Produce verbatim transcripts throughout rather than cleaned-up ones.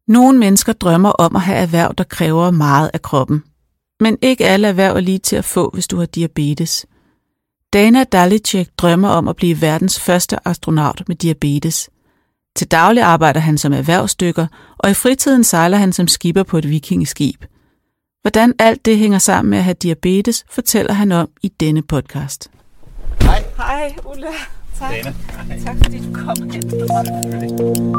Nogle mennesker drømmer om at have erhverv, der kræver meget af kroppen. Men ikke alle erhverv er lige til at få, hvis du har diabetes. Dana Dalicek drømmer om at blive verdens første astronaut med diabetes. Til daglig arbejder han som erhvervsdykker, og i fritiden sejler han som skipper på et vikingeskib. Hvordan alt det hænger sammen med at have diabetes, fortæller han om i denne podcast. Hej. Hej, Ulla. Tak. Dana. Hej. Tak fordi du kom hen.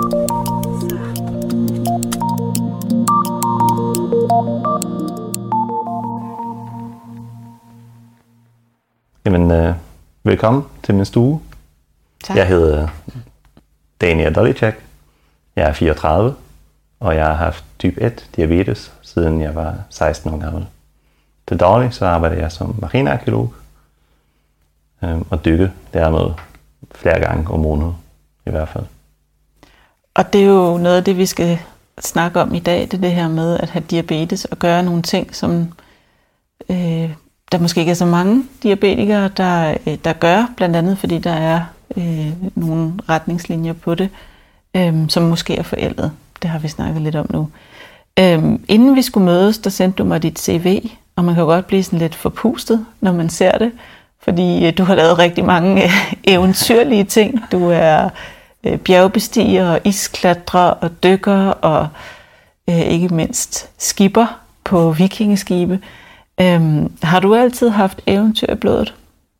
Jamen, øh, velkommen til min stue. Tak. Jeg hedder Dana Dalicek. Jeg er fireogtredive, og jeg har haft type et diabetes, siden jeg var seksten år gammel. Til daglig så arbejder jeg som marinearkæolog øh, og dykker dermed flere gange om måneden i hvert fald. Og det er jo noget af det, vi skal snakke om i dag, det er det her med at have diabetes og gøre nogle ting, som øh, der måske ikke er så mange diabetikere, der, øh, der gør, blandt andet fordi der er øh, nogle retningslinjer på det, øh, som måske er forældet. Det har vi snakket lidt om nu. Øh, inden vi skulle mødes, der sendte du mig dit C V, og man kan jo godt blive sådan lidt forpustet, når man ser det, fordi øh, du har lavet rigtig mange øh, eventyrlige ting. Du er øh, bjergbestiger, og isklatrer og dykker, og øh, ikke mindst skipper på vikingeskibe. Øhm, har du altid haft eventyr i blodet?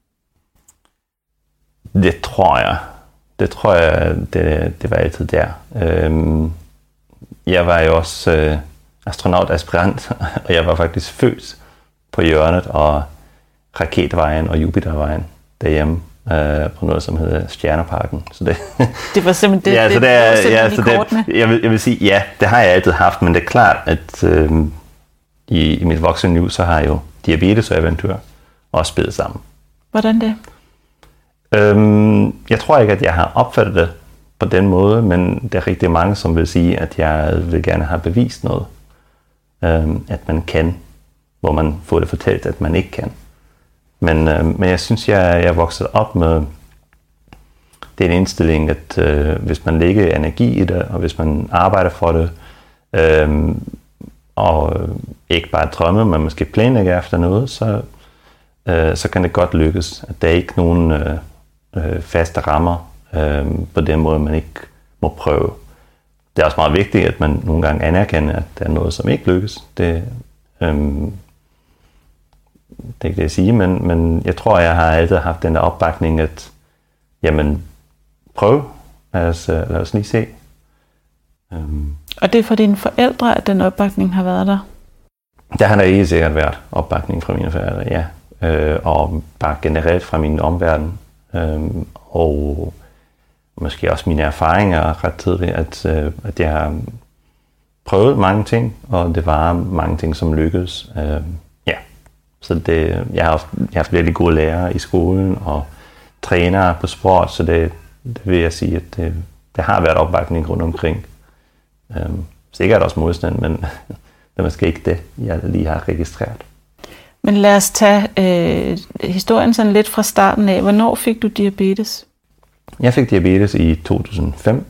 Det tror jeg. Det tror jeg, det, det var altid der. Øhm, jeg var jo også øh, astronautaspirant, og jeg var faktisk født på hjørnet og Raketvejen og Jupitervejen derhjemme øh, på noget, som hedder Stjerneparken. Så det, det var simpelthen det, ja, det, så det, det, er, var simpelthen ja, i kortene. Det, jeg, vil, jeg vil sige, ja, det har jeg altid haft, men det er klart, at øh, i, i mit voksne liv, så har jeg jo diabetes og eventyr også spillet sammen. Hvordan det? Øhm, jeg tror ikke, at jeg har opfattet det på den måde, men der er rigtig mange, som vil sige, at jeg vil gerne have bevist noget. Øhm, at man kan, hvor man får det fortalt, at man ikke kan. Men, øhm, men jeg synes, jeg, jeg er vokset op med den indstilling, at øh, hvis man lægger energi i det, og hvis man arbejder for det, øhm, og ikke bare drømme, men måske planlægge efter noget, så, øh, så kan det godt lykkes. At der er ikke nogen øh, øh, faste rammer øh, på den måde, man ikke må prøve. Det er også meget vigtigt, at man nogle gange anerkender, at der er noget, som ikke lykkes. Det, øh, det er ikke det, jeg siger, men, men jeg tror, jeg har altid haft den der opbakning, at jamen, prøv. Lad os, lad os lige se. Um, og det er for dine forældre, at den opbakning har været der? Der har der ikke sikkert været opbakning fra mine forældre, ja. Øh, og bare generelt fra min omverden. Øh, og måske også mine erfaringer ret tidligt, at, øh, at jeg har prøvet mange ting, og det var mange ting, som lykkedes. Øh, ja. Så det, jeg har haft, jeg har haft virkelig gode lærere i skolen, og trænere på sport, så det, det vil jeg sige, at det, det har været opbakning rundt omkring. Um, sikkert også modstand, men det er måske ikke det, jeg lige har registreret. Men lad os tage øh, historien sådan lidt fra starten af. Hvornår fik du diabetes? Jeg fik diabetes i to tusind og fem,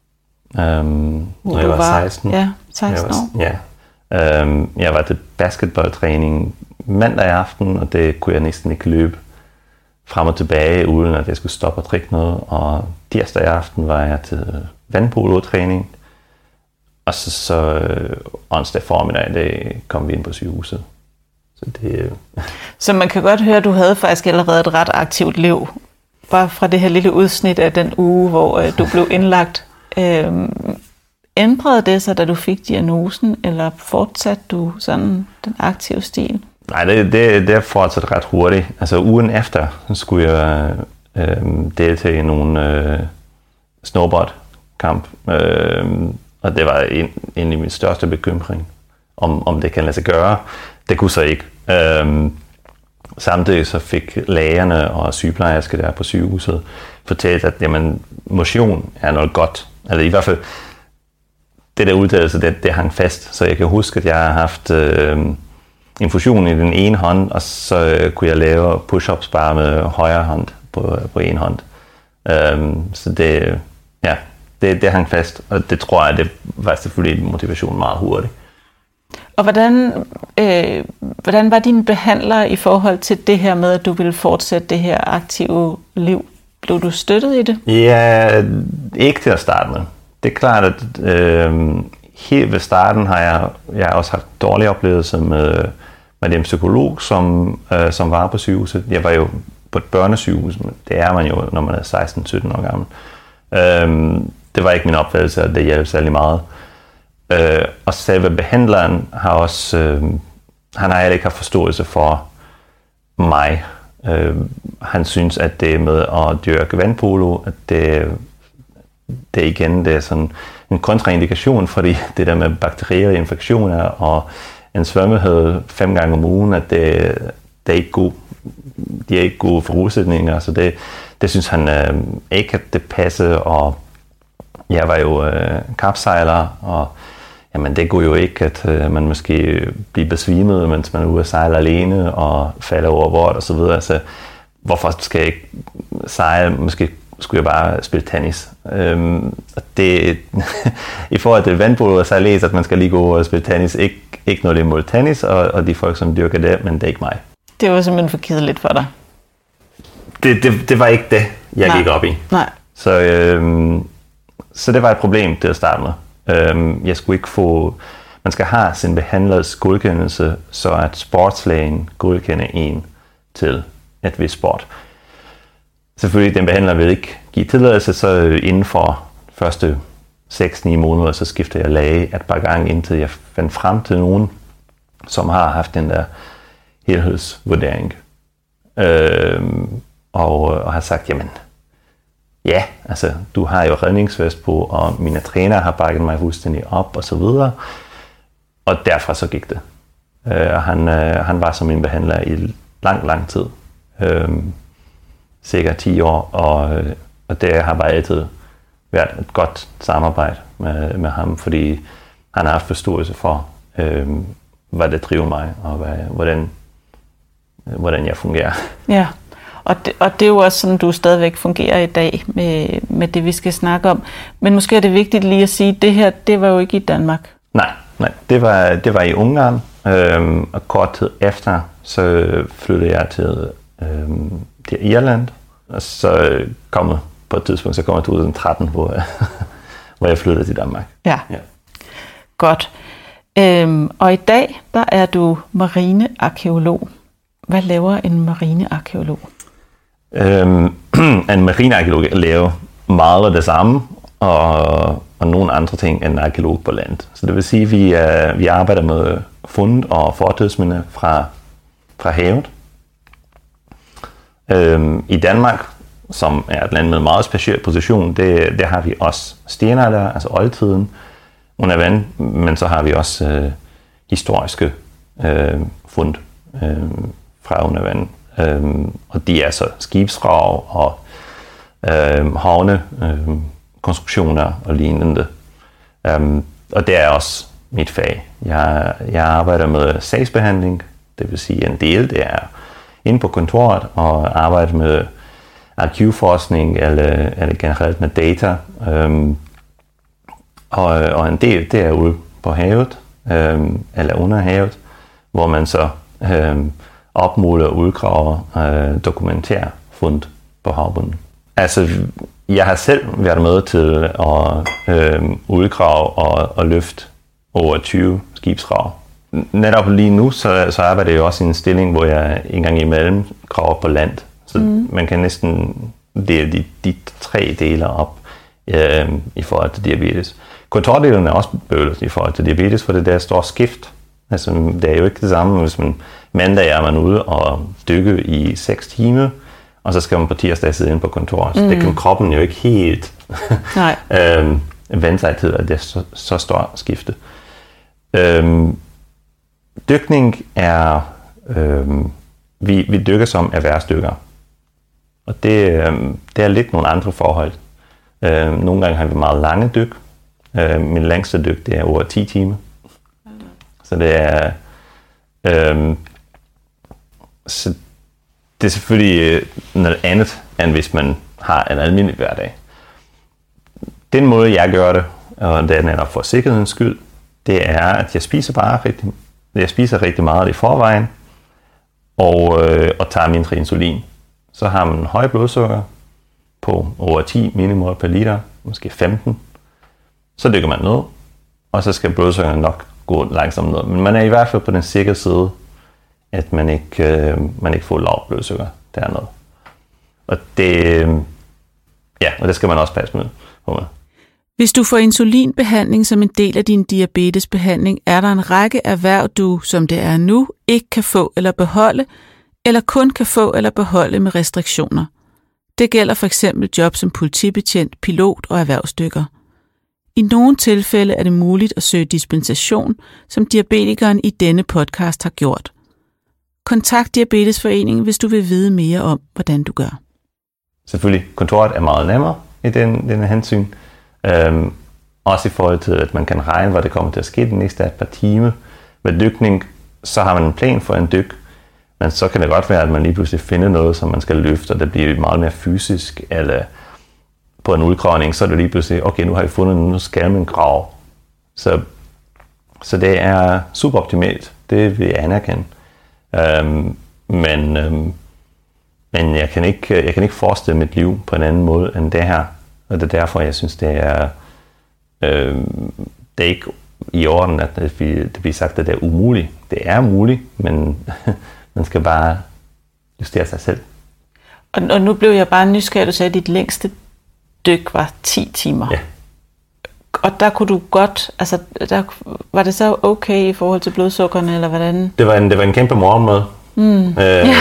um, når jeg var, var seksten. Ja, seksten år. Jeg var, ja. Um, jeg var til basketballtræning mandag aften, og det kunne jeg næsten ikke løbe frem og tilbage, uden at jeg skulle stoppe og drikke noget. Og tirsdag aften var jeg til vandpolo-træning. Og så, så øh, onsdag formiddag, det kom vi ind på sygehuset. Så, det, så man kan godt høre, at du havde faktisk allerede et ret aktivt liv. Bare fra det her lille udsnit af den uge, hvor øh, du blev indlagt. Øhm, ændrede det sig, da du fik diagnosen, eller fortsatte du sådan den aktive stil? Nej, det, det, det er fortsat ret hurtigt. Altså ugen efter skulle jeg øh, deltage i nogle øh, snowboardkamp. Øh, Og det var en, en af min største bekymring, om, om det kan lade sig gøre. Det kunne så ikke. Øhm, samtidig så fik lægerne og sygeplejersker der på sygehuset fortalt, at jamen, motion er noget godt. Altså i hvert fald, det der uddannelse, det, det hang fast. Så jeg kan huske, at jeg har haft øh, infusion i den ene hånd, og så øh, kunne jeg lave push-ups bare med højre hånd på, på en hånd. Øhm, så det, ja, det, det hang fast, og det tror jeg, det var selvfølgelig en motivation meget hurtigt. Og hvordan, øh, hvordan var dine behandlere i forhold til det her med, at du ville fortsætte det her aktive liv? Blev du støttet i det? Ja, ikke til at starte med. Det er klart, at øh, helt ved starten har jeg, jeg har også haft dårlige oplevelser med, med den psykolog, som, øh, som var på sygehuset. Jeg var jo på et børnesygehus, men det er man jo, når man er seksten sytten år gammel. Øh, det var ikke min opfattelse, at det hjalp særlig meget. Øh, og selve behandleren har også, øh, han har ikke haft forståelse for mig. Øh, han synes, at det med at dyrke vandpolo, at det, det igen det er sådan en kontraindikation, fordi det der med bakterielle infektioner og en svømmehøj fem gange om ugen, at det, det er ikke god, de er ikke gode forudsætninger, så det, det synes han øh, ikke, at det passer, og jeg var jo øh, kapsejler, og jamen det går jo ikke, at øh, man måske bliver besvimet, mens man er ude at sejle alene og falder over bord og så videre. Så hvorfor skal jeg ikke sejle? Måske skulle jeg bare spille tennis. Øhm, det, I forhold til vandpolo og sejlads, at man skal lige gå og spille tennis. Ikke, ikke noget imod tennis, og, og de folk, som dyrker det, men det er ikke mig. Det var simpelthen for kedeligt for dig. Det, det, det var ikke det, jeg Nej. gik op i. Nej. Så, øhm, så det var et problem til at starte med. Øhm, jeg skulle ikke få... Man skal have sin behandlers godkendelse, så at sportslægen godkender en til et vist sport. Selvfølgelig, den behandler vil ikke give tilladelse, så inden for første seks ni måneder, så skifter jeg læge et par gange, indtil jeg fandt frem til nogen, som har haft den der helhedsvurdering. Øhm, og, og har sagt, jamen, ja, altså, du har jo redningsvest på, og mine træner har bakket mig fuldstændig op, og så videre. Og derfra så gik det. Øh, og han, øh, han var som min behandler i lang, lang tid. Øh, cirka ti år, og, og det har bare altid været et godt samarbejde med, med ham, fordi han har haft forståelse for, øh, hvad det driver mig, og hvad, hvordan, hvordan jeg fungerer. Ja. Og det, og det er jo også sådan, du stadigvæk fungerer i dag med, med det, vi skal snakke om. Men måske er det vigtigt lige at sige, at det her, det var jo ikke i Danmark. Nej, nej. Det var, det var i Ungarn, øhm, og kort tid efter, så flyttede jeg til, øhm, til Irland, og så kom på et tidspunkt, så kom jeg til to tusind og tretten, hvor jeg, hvor jeg flyttede til Danmark. Ja, ja. Godt. Øhm, og i dag, der er du marinearkæolog. Hvad laver en marinearkæolog? Øhm, en marinearkæolog laver meget af det samme, og, og nogle andre ting end en arkeolog på land. Så det vil sige, at vi, uh, vi arbejder med fund og fortidsminder fra, fra havet. Øhm, I Danmark, som er et land med en meget speciel position, det, det har vi også stenalder, altså oldtiden, under vand, men så har vi også øh, historiske øh, fund øh, fra under vand. Øhm, og de er så skibsvrag og øh, havne, øh, konstruktioner og lignende. Um, og det er også mit fag. Jeg, jeg arbejder med sagsbehandling, det vil sige en del, det er inde på kontoret og arbejde med arkivforskning eller, eller generelt med data. Um, og, og en del, det er ude på havet, um, eller under havet, hvor man så um, opmåler, udgraver og uh, dokumenterer fund på havbunden. Altså, jeg har selv været med til at øh, udgrave og, og løfte over tyve skibsvrag. Netop lige nu, så, så arbejder jeg også i en stilling, hvor jeg en gang imellem graver på land. Så mm. man kan næsten dele de, de tre dele op øh, i forhold til diabetes. Kontordelen er også bøvlet i forhold til diabetes, for det der står skift. Altså, det er jo ikke det samme, hvis man mandag er man ude og dykke i seks timer, og så skal man på tirsdag sidde inde på kontoret. Mm. Det kan kroppen jo ikke helt øhm, vende sig til, at det så, så står skifte. Øhm, dykning er, øhm, vi, vi dykker som erhvervsdykkere. Og det, øhm, det er lidt nogle andre forhold. Øhm, nogle gange har vi meget lange dyk. Øhm, min længste dyk, det er over ti timer. Mm. Så det er... Øhm, så det er selvfølgelig noget andet, end hvis man har en almindelig hverdag. den måde, jeg gør det, og det er netop for sikkerhedens skyld, det er, at jeg spiser bare rigtig, jeg spiser rigtig meget i forvejen, og, øh, og tager mindre insulin. Så har man høj blodsukker på over ti millimol per liter, måske femten. Så dykker man ned, og så skal blodsukkerne nok gå langsomt ned. Men man er i hvert fald på den sikre side, at man ikke, øh, man ikke får lavt blodsukker dernede. Og det, øh, ja, og det skal man også passe med på. Hvis du får insulinbehandling som en del af din diabetesbehandling, er der en række erhverv, du, som det er nu, ikke kan få eller beholde, eller kun kan få eller beholde med restriktioner. Det gælder for eksempel job som politibetjent, pilot og erhvervsdykker. I nogle tilfælde er det muligt at søge dispensation, som diabetikeren i denne podcast har gjort. Kontakt Diabetesforeningen, hvis du vil vide mere om, hvordan du gør. Selvfølgelig, kontoret er meget nemmere i den, den hensyn. Øhm, også i forhold til, at man kan regne, hvad det kommer til at ske den næste par timer. Med dykning, så har man en plan for en dyk, men så kan det godt være, at man lige pludselig finder noget, som man skal løfte, og det bliver meget mere fysisk, eller på en udgravning, så er det lige pludselig, okay, nu har vi fundet, nu skal man grave. Så, så det er super optimalt, det vil jeg anerkende. Øhm, men, øhm, men jeg kan ikke, jeg kan ikke forestille mit liv på en anden måde end det her. Og det er derfor, jeg synes, det er, øh, det er ikke i orden, at det bliver sagt, at det er umuligt. Det er muligt, men man skal bare justere sig selv. Og, og nu blev jeg bare nysgerrig, du sagde, at dit længste dyk var ti timer. Ja. Og der kunne du godt, altså der, var det så okay i forhold til blodsukkerne, eller hvordan? Det var en, det var en kæmpe morgenmad. Mm. Øh, ja.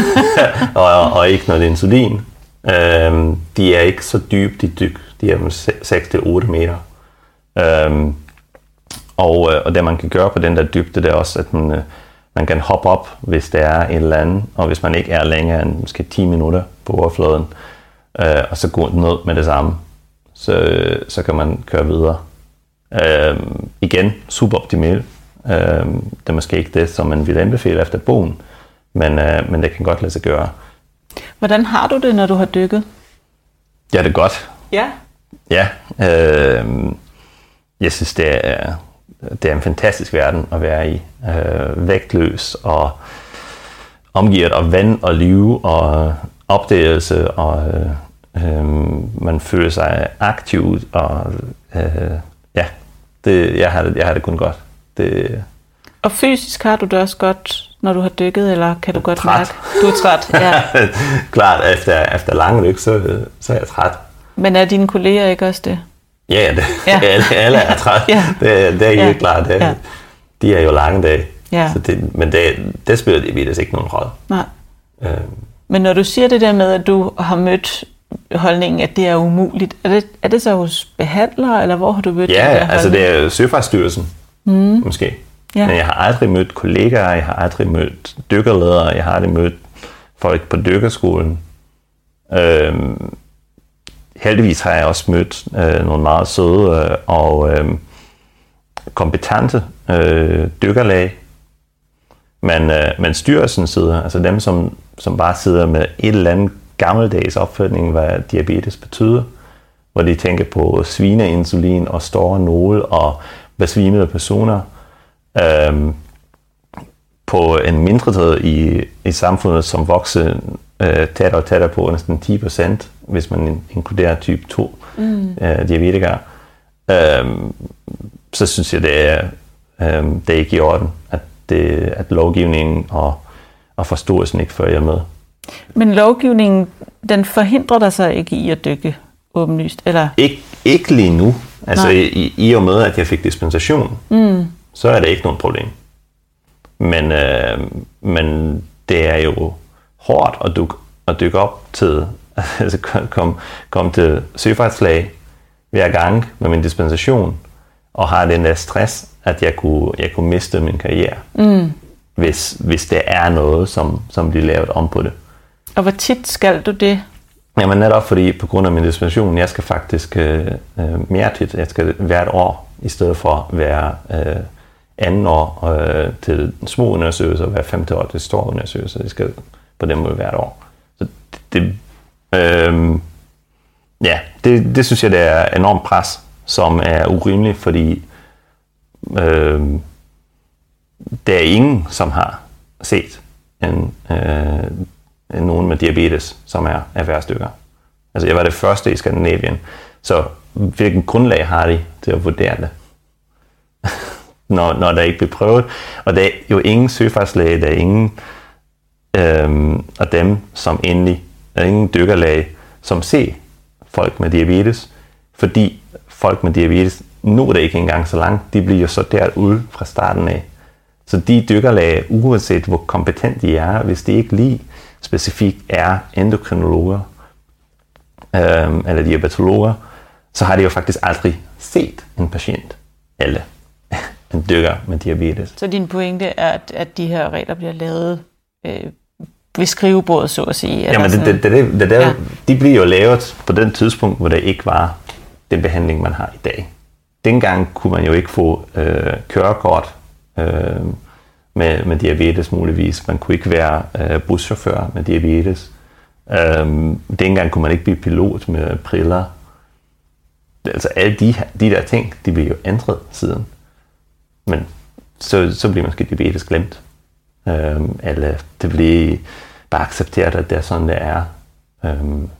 og, og ikke noget insulin. Øhm, de er ikke så dybe, de dyk. De er seks til otte meter. Øhm, og, og det man kan gøre på den der dybde, det er også, at man, man kan hoppe op, hvis der er en eller anden, og hvis man ikke er længere end måske ti minutter på overfladen, øh, og så gå ned med det samme, så, så kan man køre videre. Øhm, igen, super optimalt. Øhm, det er måske ikke det, som man vil anbefale efter bogen, men, øh, men det kan godt lade sig gøre. Hvordan har du det, når du har dykket? Ja, det er godt. Ja? Ja. Øh, jeg synes, det er, det er en fantastisk verden at være i. Øh, vægtløs og omgivet af vand og liv og opdagelse, og øh, man føler sig aktiv. Og øh, ja, det, jeg, har det, jeg har det kun godt. Det, og fysisk har du det også godt, når du har dykket, eller kan du godt træt. mærke? Du er træt, ja. Klart, efter, efter lange dyk, så, så er jeg træt. Men er dine kolleger ikke også det? Ja, det, ja. alle, alle er træt. Ja. Det, det er helt ja. klart. Det, ja. De er jo lange dage. Ja. Så det, men det, det spiller diabetes ikke nogen rolle. Nej. Øhm. Men når du siger det der med, at du har mødt holdningen, at det er umuligt, er det, er det så hos behandlere, eller hvor har du mødt ja, det der holdning? Altså det er Søfartsstyrelsen, mm. måske. Ja. Men jeg har aldrig mødt kollegaer, jeg har aldrig mødt dykkerledere, jeg har aldrig mødt folk på dykkerskolen. Øhm, heldigvis har jeg også mødt øh, nogle meget søde øh, og øh, kompetente øh, dykkerlæge. Men, øh, men styrelsen sidder, altså dem, som, som bare sidder med et eller andet gammeldags opfølgning, hvad diabetes betyder, hvor de tænker på svineinsulin og store nåle og besvimede personer, Øhm, på en mindretal i, i samfundet, som vokser øh, tættere og tættere på næsten ti procent, hvis man inkluderer type to mm. øh, diabetikere, øhm, så synes jeg, det er, øh, det er ikke i orden, at, det, at lovgivningen og, og forståelsen ikke følger med. Men lovgivningen, den forhindrer dig så ikke i at dykke åbenlyst? Eller? Ik, ikke lige nu. Altså i, i og med, at jeg fik dispensation, mm. så er det ikke noget problem. Men, øh, men det er jo hårdt at dykke, at dykke op til, altså komme kom til søfartslæge hver gang med min dispensation, og har den der stress, at jeg kunne, jeg kunne miste min karriere, mm. hvis, hvis det er noget, som, som bliver lavet om på det. Og hvor tit skal du det? Jamen netop fordi på grund af min dispensation, jeg skal faktisk øh, mere tit, jeg skal hvert år, i stedet for hver øh, anden år øh, til små undersøgelser, og hver femte år til store undersøgelser. Jeg skal på den måde hvert år. Så det, øh, Ja, det, det synes jeg, det er enormt pres, som er urimeligt, fordi øh, der er ingen, som har set en, øh, nogen med diabetes, som er erhvervsdykker. Altså, jeg var det første i Skandinavien, så hvilken grundlag har de til at vurdere det, når, når der ikke bliver prøvet? Og der er jo ingen søfartslæge, der er ingen øh, af dem, som endelig, der er ingen dykkerlæge, som ser folk med diabetes, fordi folk med diabetes når det ikke engang så langt. De bliver jo så derude fra starten af. Så de dykkerlæger, uanset hvor kompetent de er, hvis de ikke lige specifikt er endokrinologer øhm, eller diabetologer, så har de jo faktisk aldrig set en patient eller en dykker med diabetes. Så din pointe er, at, at de her regler bliver lavet øh, ved skrivebordet, så at sige? Jamen, det, det, det, det, det der, ja. De bliver jo lavet på den tidspunkt, hvor der ikke var den behandling, man har i dag. Dengang kunne man jo ikke få øh, kørekort øh, med, med diabetes muligvis. Man kunne ikke være øh, buschauffør med diabetes. Øh, dengang kunne man ikke blive pilot med briller. Altså alle de, de der ting, de bliver jo ændret siden. Men så, så bliver måske diabetes glemt. Øh, eller det bliver bare accepteret, at det er sådan, det er. Øh,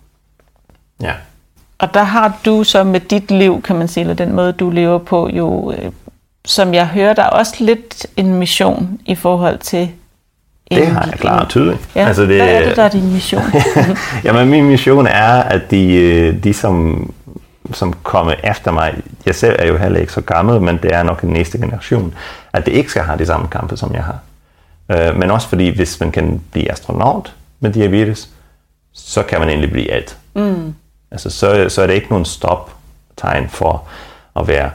ja. Og der har du så med dit liv, kan man sige, eller den måde, du lever på, jo, øh, som jeg hører, der er også lidt en mission i forhold til... Det har jeg klart og tydeligt. Ja, altså det, hvad er det, der er din mission? Jamen, min mission er, at de, de som, som kommer efter mig, jeg selv er jo heller ikke så gammel, men det er nok den næste generation, at det ikke skal have de samme kampe, som jeg har. Uh, men også fordi, hvis man kan blive astronaut med diabetes, så kan man egentlig blive alt. Mm. Altså, så, så er det ikke nogen stoptegn for at være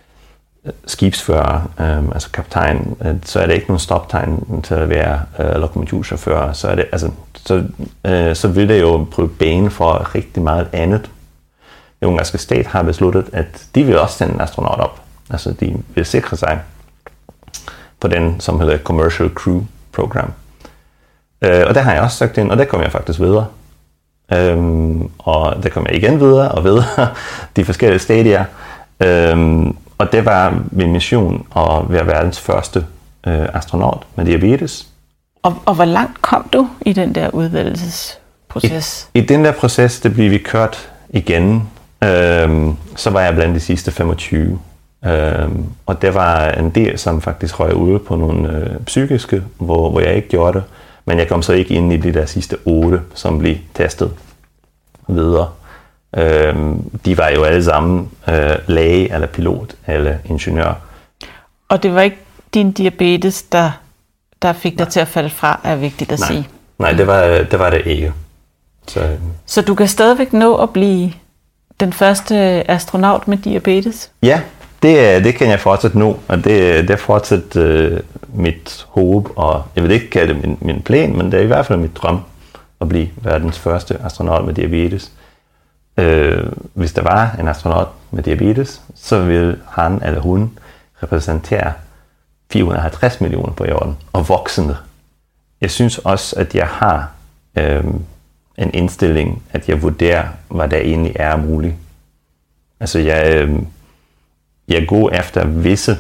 skibsfører, øh, altså kaptajn, øh, så er det ikke nogen stoptegn til at være øh, lokomotivchauffør, så er det, altså, så, øh, så vil det jo prøve bane for rigtig meget andet. Den ungarske stat har besluttet, at de vil også sende en astronaut op. Altså, de vil sikre sig på den, som hedder Commercial Crew Program. Øh, og der har jeg også søgt ind, og der kom jeg faktisk videre. Øhm, og der kom jeg igen videre og videre de forskellige stadier. Øhm, og det var min mission at være verdens første øh, astronaut med diabetes. Og, og hvor langt kom du i den der udvælgelsesproces? I, i den der proces, det blev vi kørt igen. Øhm, så var jeg blandt de sidste femogtyve. Øhm, og der var en del, som faktisk røg ude på nogle øh, psykiske, hvor, hvor jeg ikke gjorde det. Men jeg kom så ikke ind i de der sidste otte, som blev testet videre. Øhm, de var jo alle sammen øh, læge, eller pilot, eller ingeniør. Og det var ikke din diabetes, der, der fik dig Nej. til at falde fra, er vigtigt at Nej. sige? Nej, det var det, var det ikke. Så, så du kan stadigvæk nå at blive den første astronaut med diabetes? Ja, det, det kan jeg fortsat nå, og det, det er fortsat øh, mit håb, og jeg vil ikke kalde det min, min plan, men det er i hvert fald mit drøm at blive verdens første astronaut med diabetes. Øh, hvis der var en astronaut med diabetes, så vil han eller hun repræsentere fire hundrede og halvtreds millioner på jorden, og voksende. Jeg synes også, at jeg har øh, en indstilling, at jeg vurderer, hvad der egentlig er muligt. Altså, jeg... Øh, Jeg går efter visse,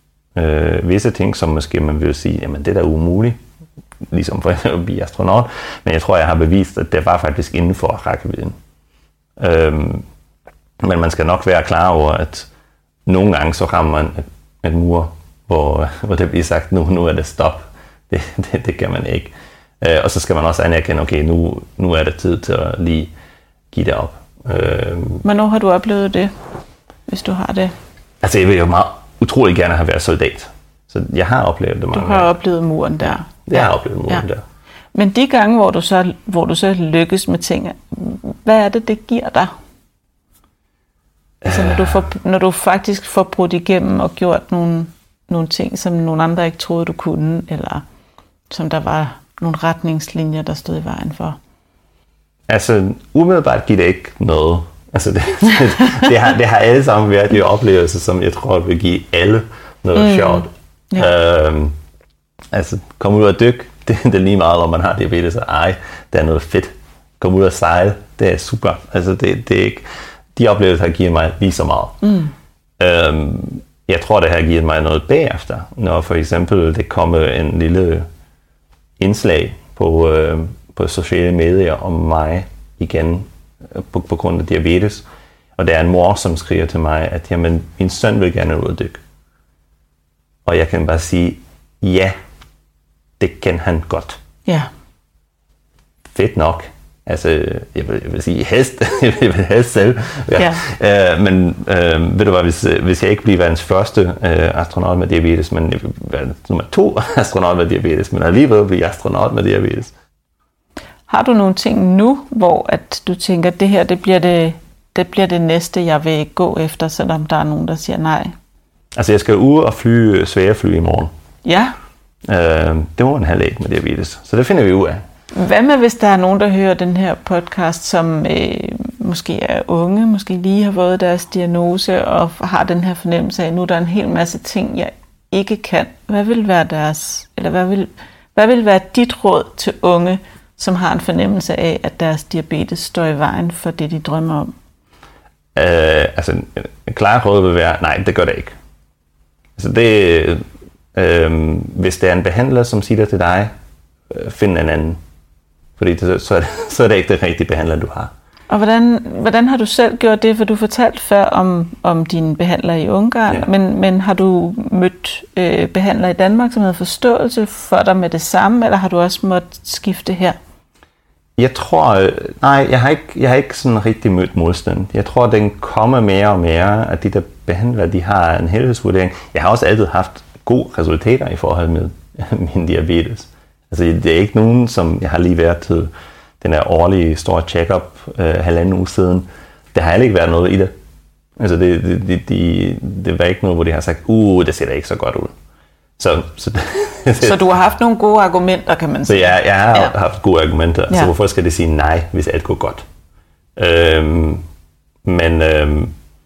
øh, visse ting, som måske man vil sige, jamen det er da umuligt, ligesom for at blive astronaut, men jeg tror, jeg har bevist, at det var faktisk inden for rækkevidden. Øhm, men man skal nok være klar over, at nogle gange så rammer man et, et mur, hvor, hvor det bliver sagt, nu, nu er det stop. Det, det, det kan man ikke. Øh, og så skal man også anerkende, okay, nu, nu er det tid til at lige give det op. Øhm, Hvornår har du oplevet det, hvis du har det? Altså, jeg vil jo meget utrolig gerne have været soldat. Så jeg har oplevet det mange Du har gange. oplevet muren der. Jeg har oplevet muren ja. der. Men de gange, hvor du, så, hvor du så lykkes med ting, hvad er det, det giver dig? Altså, når du, får, når du faktisk får brudt igennem og gjort nogle, nogle ting, som nogle andre ikke troede, du kunne, eller som der var nogle retningslinjer, der stod i vejen for? Altså, umiddelbart giver det ikke noget. Altså, det, det, det, har, det har alle sammen været de oplevelser, som jeg tror, vil give alle noget mm. sjovt. Ja. Øhm, altså, komme ud og dykke, det, det er lige meget, om man har diabetes og ej. Det er noget fedt. komme ud og sejle, det er super. Altså det, det er ikke, de oplevelser har givet mig lige så meget. Mm. Øhm, jeg tror, det har givet mig noget bagefter, når for eksempel det kommer en lille indslag på, øh, på sociale medier om mig igen på, på grund af diabetes. Og der er en mor, som skriver til mig, at jamen, min søn vil gerne ud og dykke. Og jeg kan bare sige, ja, det kan han godt. Ja. Fedt nok. Altså, jeg vil, jeg vil sige helst, jeg vil helst selv. Ja. Ja. Øh, men øh, ved du hvad, hvis, hvis jeg ikke bliver verdens første øh, astronaut med diabetes, men jeg vil være nummer to astronaut med diabetes, men alligevel bliver astronaut med diabetes. Har du nogle ting nu, hvor at du tænker, at det her, det bliver det, det bliver det næste, jeg vil gå efter, selvom der er nogen, der siger nej? Altså, jeg skal ud og flyve sværefly i morgen. Ja. Øh, det må man have lægt med diabetes, så det finder vi ud af. Hvad med, hvis der er nogen, der hører den her podcast, som øh, måske er unge, måske lige har fået deres diagnose og har den her fornemmelse af, at nu er der en hel masse ting, jeg ikke kan. Hvad vil være deres, eller hvad vil, hvad vil være dit råd til unge, som har en fornemmelse af, at deres diabetes står i vejen for det, de drømmer om? Øh, altså, en klar råd vil være, nej, det gør det ikke. Altså, det, øh, hvis det er en behandler, som siger til dig, øh, find en anden. Fordi det, så, er det, så er det ikke det rigtige behandler, du har. Og hvordan, hvordan har du selv gjort det? For du fortalte før om, om dine behandler i Ungarn, ja. men, men har du mødt øh, behandlere i Danmark, som havde forståelse for dig med det samme, eller har du også måttet skifte her? Jeg tror, nej, jeg har ikke, jeg har ikke sådan rigtig mødt modstand. Jeg tror, den kommer mere og mere, at de der behandlere, de har en helhedsvurdering. Jeg har også altid haft gode resultater i forhold med min diabetes. Altså, det er ikke nogen, som jeg har lige været til den her årlige store check-up øh, halvanden uge siden. Der har heller ikke været noget i det. Altså, det, det, det, det, det var ikke noget, hvor de har sagt, uh, det ser da ikke så godt ud. Så, så, så du har haft nogle gode argumenter, kan man sige? Så jeg, jeg har ja. haft gode argumenter. Ja. Så hvorfor skal det sige nej, hvis alt går godt? Øhm, men, øhm,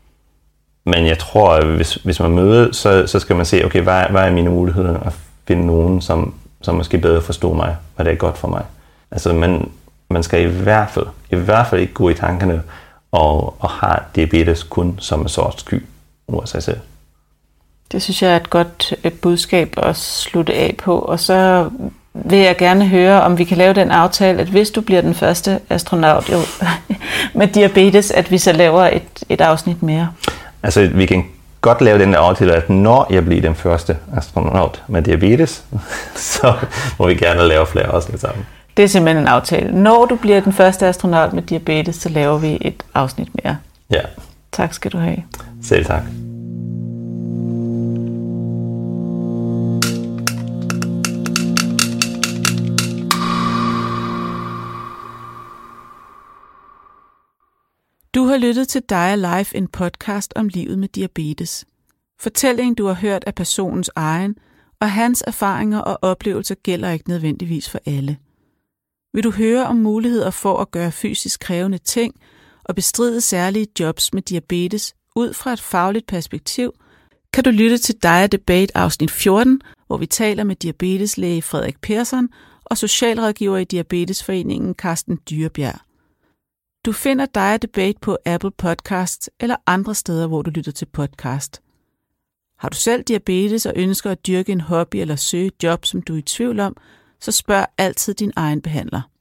men jeg tror, at hvis, hvis man møder, så, så skal man se, okay, hvad, hvad er mine muligheder? At finde nogen, som som måske bedre forstår mig, hvad det er godt for mig. Altså, man, man skal i hvert fald, i hvert fald ikke gå i tankerne og, og have diabetes kun som en sorts sky over sig selv. Det synes jeg er et godt et budskab at slutte af på, og så vil jeg gerne høre, om vi kan lave den aftale, at hvis du bliver den første astronaut jo, med diabetes, at vi så laver et, et afsnit mere. Altså, vi kan godt lave den der aftale, at når jeg bliver den første astronaut med diabetes, så må vi gerne lave flere afsnit sammen. Det er simpelthen en aftale. Når du bliver den første astronaut med diabetes, så laver vi et afsnit mere. Ja. Tak skal du have. Selv tak. Du har lyttet til Dig Live, en podcast om livet med diabetes. Fortællingen, du har hørt, er personens egen, og hans erfaringer og oplevelser gælder ikke nødvendigvis for alle. Vil du høre om muligheder for at gøre fysisk krævende ting og bestride særlige jobs med diabetes ud fra et fagligt perspektiv, kan du lytte til Dig Debate afsnit fjorten, hvor vi taler med diabeteslæge Frederik Persson og socialrådgiver i Diabetesforeningen Carsten Dyrebjerg. Du finder Dig Debate på Apple Podcasts eller andre steder, hvor du lytter til podcast. Har du selv diabetes og ønsker at dyrke en hobby eller søge et job, som du er i tvivl om, så spørg altid din egen behandler.